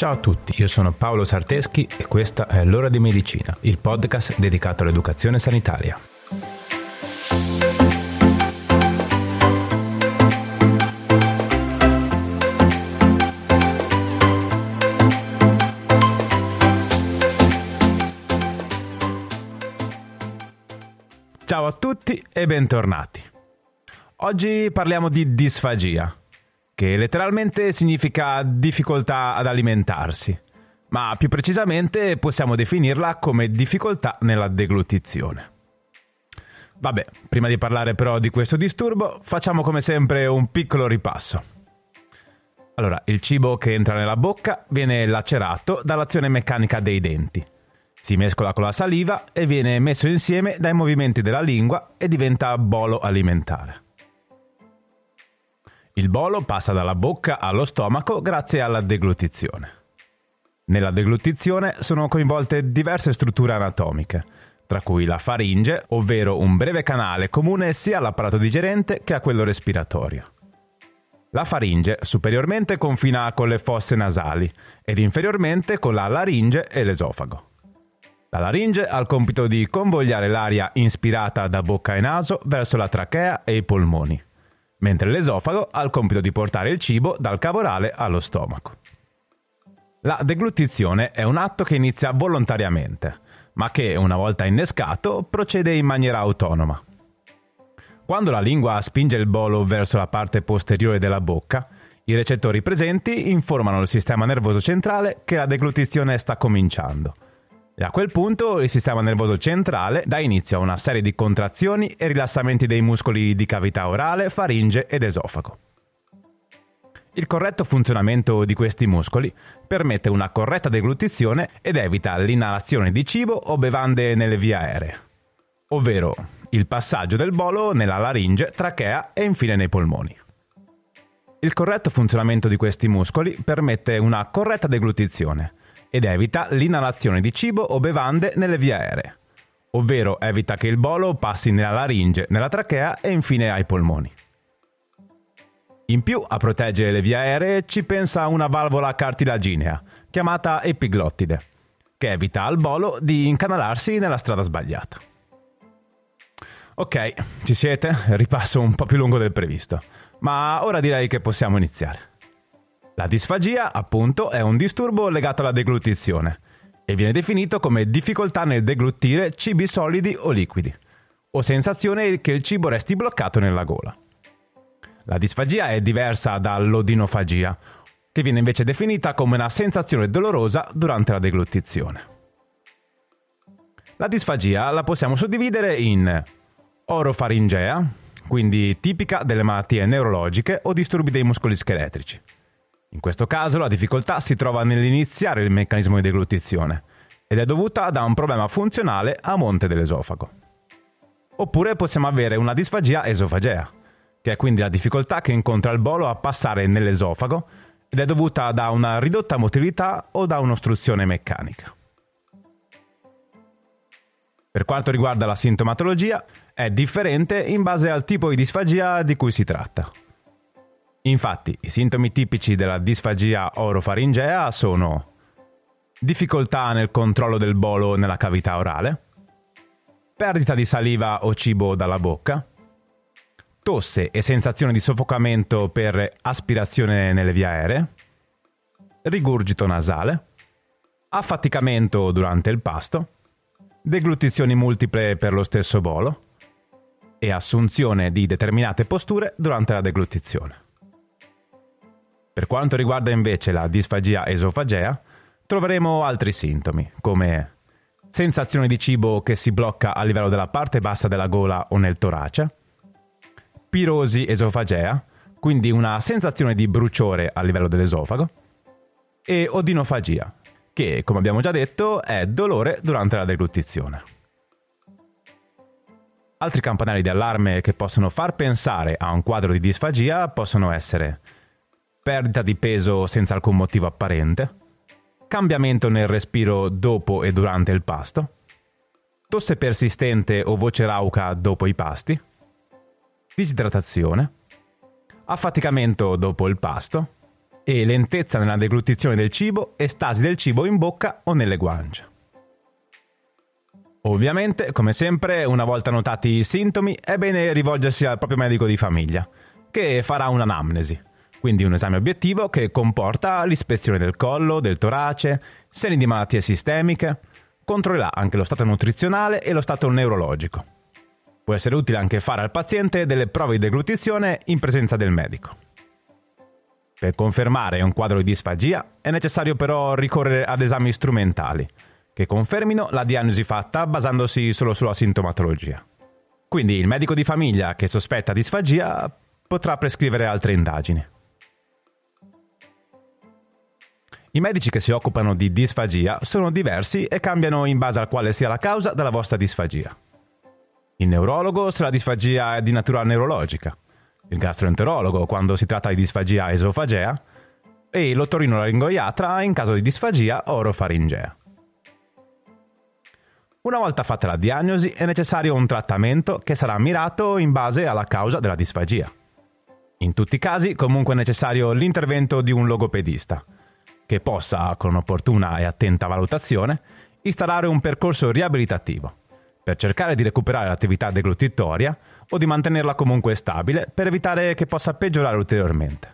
Ciao a tutti, io sono Paolo Sarteschi e questa è L'Ora di Medicina, il podcast dedicato all'educazione sanitaria. Ciao a tutti e bentornati. Oggi parliamo di disfagia, che letteralmente significa difficoltà ad alimentarsi, ma più precisamente possiamo definirla come difficoltà nella deglutizione. Vabbè, prima di parlare però di questo disturbo, facciamo come sempre un piccolo ripasso. Allora, il cibo che entra nella bocca viene lacerato dall'azione meccanica dei denti, si mescola con la saliva e viene messo insieme dai movimenti della lingua e diventa bolo alimentare. Il bolo passa dalla bocca allo stomaco grazie alla deglutizione. Nella deglutizione sono coinvolte diverse strutture anatomiche, tra cui la faringe, ovvero un breve canale comune sia all'apparato digerente che a quello respiratorio. La faringe superiormente confina con le fosse nasali ed inferiormente con la laringe e l'esofago. La laringe ha il compito di convogliare l'aria inspirata da bocca e naso verso la trachea e i polmoni, mentre l'esofago ha il compito di portare il cibo dal cavo orale allo stomaco. La deglutizione è un atto che inizia volontariamente, ma che, una volta innescato, procede in maniera autonoma. Quando la lingua spinge il bolo verso la parte posteriore della bocca, i recettori presenti informano il sistema nervoso centrale che la deglutizione sta cominciando. E a quel punto il sistema nervoso centrale dà inizio a una serie di contrazioni e rilassamenti dei muscoli di cavità orale, faringe ed esofago. Il corretto funzionamento di questi muscoli permette una corretta deglutizione ed evita l'inalazione di cibo o bevande nelle vie aeree, ovvero il passaggio del bolo nella laringe, trachea e infine nei polmoni. Il corretto funzionamento di questi muscoli permette una corretta deglutizione ed evita l'inalazione di cibo o bevande nelle vie aeree, ovvero evita che il bolo passi nella laringe, nella trachea e infine ai polmoni. In più, a proteggere le vie aeree ci pensa una valvola cartilaginea, chiamata epiglottide, che evita al bolo di incanalarsi nella strada sbagliata. Ok, ci siete? Ripasso un po' più lungo del previsto, ma ora direi che possiamo iniziare. La disfagia, appunto, è un disturbo legato alla deglutizione e viene definito come difficoltà nel deglutire cibi solidi o liquidi, o sensazione che il cibo resti bloccato nella gola. La disfagia è diversa dall'odinofagia, che viene invece definita come una sensazione dolorosa durante la deglutizione. La disfagia la possiamo suddividere in orofaringea, quindi tipica delle malattie neurologiche o disturbi dei muscoli scheletrici. In questo caso la difficoltà si trova nell'iniziare il meccanismo di deglutizione ed è dovuta da un problema funzionale a monte dell'esofago. Oppure possiamo avere una disfagia esofagea, che è quindi la difficoltà che incontra il bolo a passare nell'esofago ed è dovuta da una ridotta motilità o da un'ostruzione meccanica. Per quanto riguarda la sintomatologia, è differente in base al tipo di disfagia di cui si tratta. Infatti, i sintomi tipici della disfagia orofaringea sono difficoltà nel controllo del bolo nella cavità orale, perdita di saliva o cibo dalla bocca, tosse e sensazione di soffocamento per aspirazione nelle vie aeree, rigurgito nasale, affaticamento durante il pasto, deglutizioni multiple per lo stesso bolo e assunzione di determinate posture durante la deglutizione. Per quanto riguarda invece la disfagia esofagea, troveremo altri sintomi, come sensazione di cibo che si blocca a livello della parte bassa della gola o nel torace, pirosi esofagea, quindi una sensazione di bruciore a livello dell'esofago, e odinofagia, che, come abbiamo già detto, è dolore durante la deglutizione. Altri campanelli di allarme che possono far pensare a un quadro di disfagia possono essere perdita di peso senza alcun motivo apparente, cambiamento nel respiro dopo e durante il pasto, tosse persistente o voce rauca dopo i pasti, disidratazione, affaticamento dopo il pasto, e lentezza nella deglutizione del cibo e stasi del cibo in bocca o nelle guance. Ovviamente, come sempre, una volta notati i sintomi, è bene rivolgersi al proprio medico di famiglia, che farà un'anamnesi, quindi un esame obiettivo che comporta l'ispezione del collo, del torace, segni di malattie sistemiche, controllerà anche lo stato nutrizionale e lo stato neurologico. Può essere utile anche fare al paziente delle prove di deglutizione in presenza del medico. Per confermare un quadro di disfagia è necessario però ricorrere ad esami strumentali, che confermino la diagnosi fatta basandosi solo sulla sintomatologia. Quindi il medico di famiglia che sospetta disfagia potrà prescrivere altre indagini. I medici che si occupano di disfagia sono diversi e cambiano in base a quale sia la causa della vostra disfagia. Il neurologo se la disfagia è di natura neurologica, il gastroenterologo quando si tratta di disfagia esofagea e l'otorinolaringoiatra in caso di disfagia orofaringea. Una volta fatta la diagnosi è necessario un trattamento che sarà mirato in base alla causa della disfagia. In tutti i casi comunque è necessario l'intervento di un logopedista, che possa, con un'opportuna e attenta valutazione, instaurare un percorso riabilitativo, per cercare di recuperare l'attività deglutitoria o di mantenerla comunque stabile per evitare che possa peggiorare ulteriormente.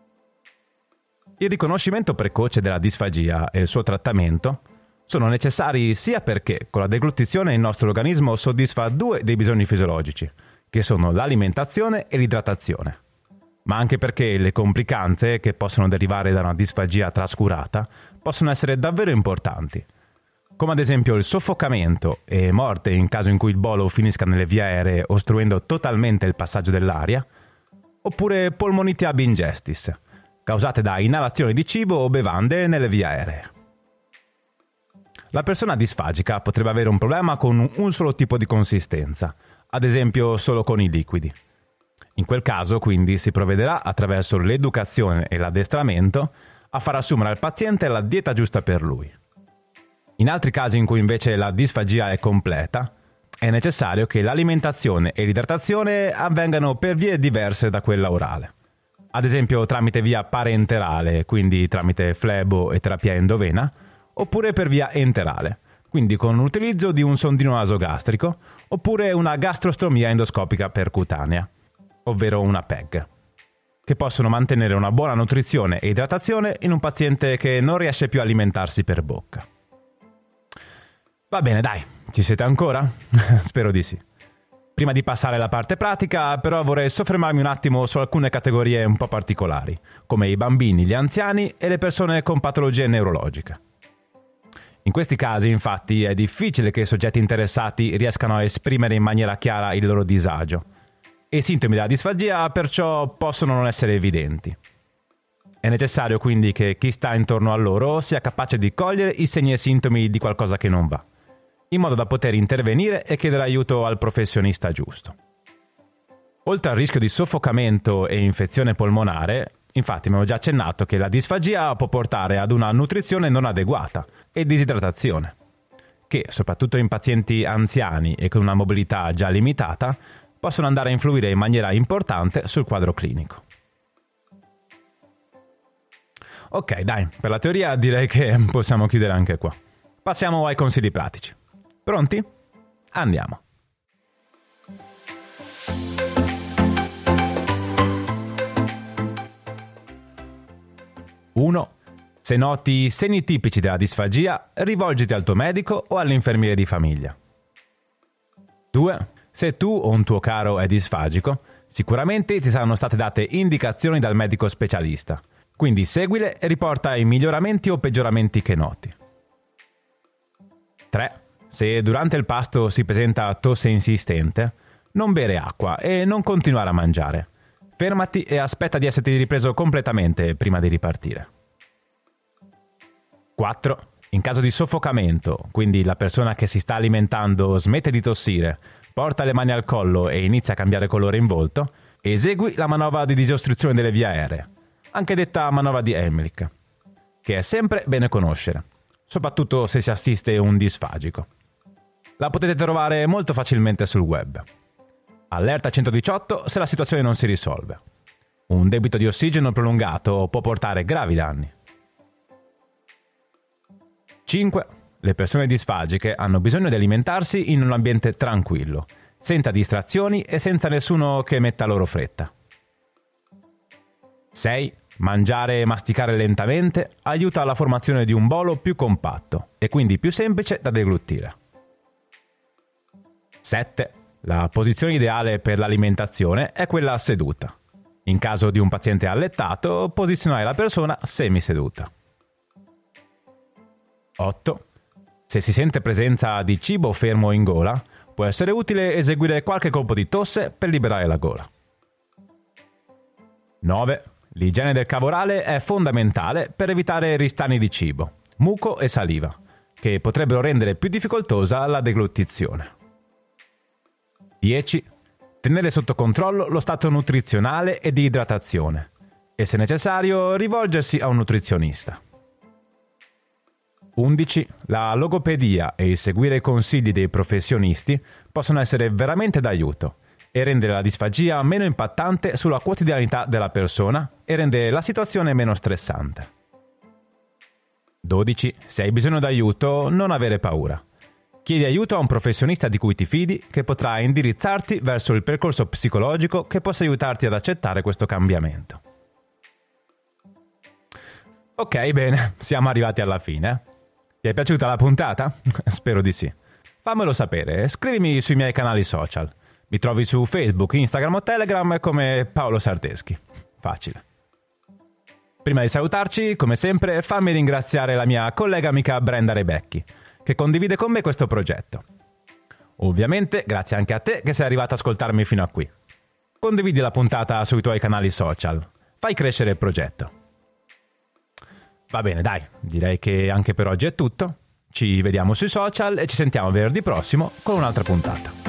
Il riconoscimento precoce della disfagia e il suo trattamento sono necessari sia perché con la deglutizione il nostro organismo soddisfa due dei bisogni fisiologici, che sono l'alimentazione e l'idratazione, ma anche perché le complicanze che possono derivare da una disfagia trascurata possono essere davvero importanti, come ad esempio il soffocamento e morte in caso in cui il bolo finisca nelle vie aeree ostruendo totalmente il passaggio dell'aria, oppure polmoniti ab ingestis, causate da inalazione di cibo o bevande nelle vie aeree. La persona disfagica potrebbe avere un problema con un solo tipo di consistenza, ad esempio solo con i liquidi. In quel caso, quindi, si provvederà attraverso l'educazione e l'addestramento a far assumere al paziente la dieta giusta per lui. In altri casi in cui invece la disfagia è completa, è necessario che l'alimentazione e l'idratazione avvengano per vie diverse da quella orale. Ad esempio tramite via parenterale, quindi tramite flebo e terapia endovena, oppure per via enterale, quindi con l'utilizzo di un sondino nasogastrico, oppure una gastrostomia endoscopica percutanea, ovvero una PEG, che possono mantenere una buona nutrizione e idratazione in un paziente che non riesce più a alimentarsi per bocca. Va bene, dai, ci siete ancora? Spero di sì. Prima di passare alla parte pratica, però vorrei soffermarmi un attimo su alcune categorie un po' particolari, come i bambini, gli anziani e le persone con patologie neurologiche. In questi casi, infatti, è difficile che i soggetti interessati riescano a esprimere in maniera chiara il loro disagio, e i sintomi della disfagia perciò possono non essere evidenti. È necessario quindi che chi sta intorno a loro sia capace di cogliere i segni e sintomi di qualcosa che non va, in modo da poter intervenire e chiedere aiuto al professionista giusto. Oltre al rischio di soffocamento e infezione polmonare, infatti abbiamo già accennato che la disfagia può portare ad una nutrizione non adeguata e disidratazione, che, soprattutto in pazienti anziani e con una mobilità già limitata, possono andare a influire in maniera importante sul quadro clinico. Ok, dai, per la teoria direi che possiamo chiudere anche qua. Passiamo ai consigli pratici. Pronti? Andiamo. Uno. Se noti segni tipici della disfagia, rivolgiti al tuo medico o all'infermiere di famiglia. 2. Se tu o un tuo caro è disfagico, sicuramente ti saranno state date indicazioni dal medico specialista, quindi seguile e riporta i miglioramenti o peggioramenti che noti. 3. Se durante il pasto si presenta tosse insistente, non bere acqua e non continuare a mangiare. Fermati e aspetta di esserti ripreso completamente prima di ripartire. 4. In caso di soffocamento, quindi la persona che si sta alimentando smette di tossire, porta le mani al collo e inizia a cambiare colore in volto, esegui la manovra di disostruzione delle vie aeree, anche detta manovra di Heimlich, che è sempre bene conoscere, soprattutto se si assiste a un disfagico. La potete trovare molto facilmente sul web. Allerta 118 se la situazione non si risolve. Un debito di ossigeno prolungato può portare gravi danni. 5. Le persone disfagiche hanno bisogno di alimentarsi in un ambiente tranquillo, senza distrazioni e senza nessuno che metta loro fretta. 6. Mangiare e masticare lentamente aiuta alla formazione di un bolo più compatto e quindi più semplice da deglutire. 7. La posizione ideale per l'alimentazione è quella seduta. In caso di un paziente allettato, posizionare la persona semiseduta. 8. Se si sente presenza di cibo fermo in gola, può essere utile eseguire qualche colpo di tosse per liberare la gola. 9. L'igiene del cavo orale è fondamentale per evitare ristani di cibo, muco e saliva, che potrebbero rendere più difficoltosa la deglutizione. 10. Tenere sotto controllo lo stato nutrizionale e di idratazione e, se necessario, rivolgersi a un nutrizionista. 11. La logopedia e il seguire i consigli dei professionisti possono essere veramente d'aiuto e rendere la disfagia meno impattante sulla quotidianità della persona e rendere la situazione meno stressante. 12. Se hai bisogno d'aiuto, non avere paura. Chiedi aiuto a un professionista di cui ti fidi che potrà indirizzarti verso il percorso psicologico che possa aiutarti ad accettare questo cambiamento. Ok, bene, siamo arrivati alla fine. Ti è piaciuta la puntata? Spero di sì. Fammelo sapere, scrivimi sui miei canali social. Mi trovi su Facebook, Instagram o Telegram come Paolo Sarteschi. Facile. Prima di salutarci, come sempre, fammi ringraziare la mia collega amica Brenda Rebecchi, che condivide con me questo progetto. Ovviamente, grazie anche a te che sei arrivato ad ascoltarmi fino a qui. Condividi la puntata sui tuoi canali social. Fai crescere il progetto. Va bene, dai, direi che anche per oggi è tutto. Ci vediamo sui social e ci sentiamo venerdì prossimo con un'altra puntata.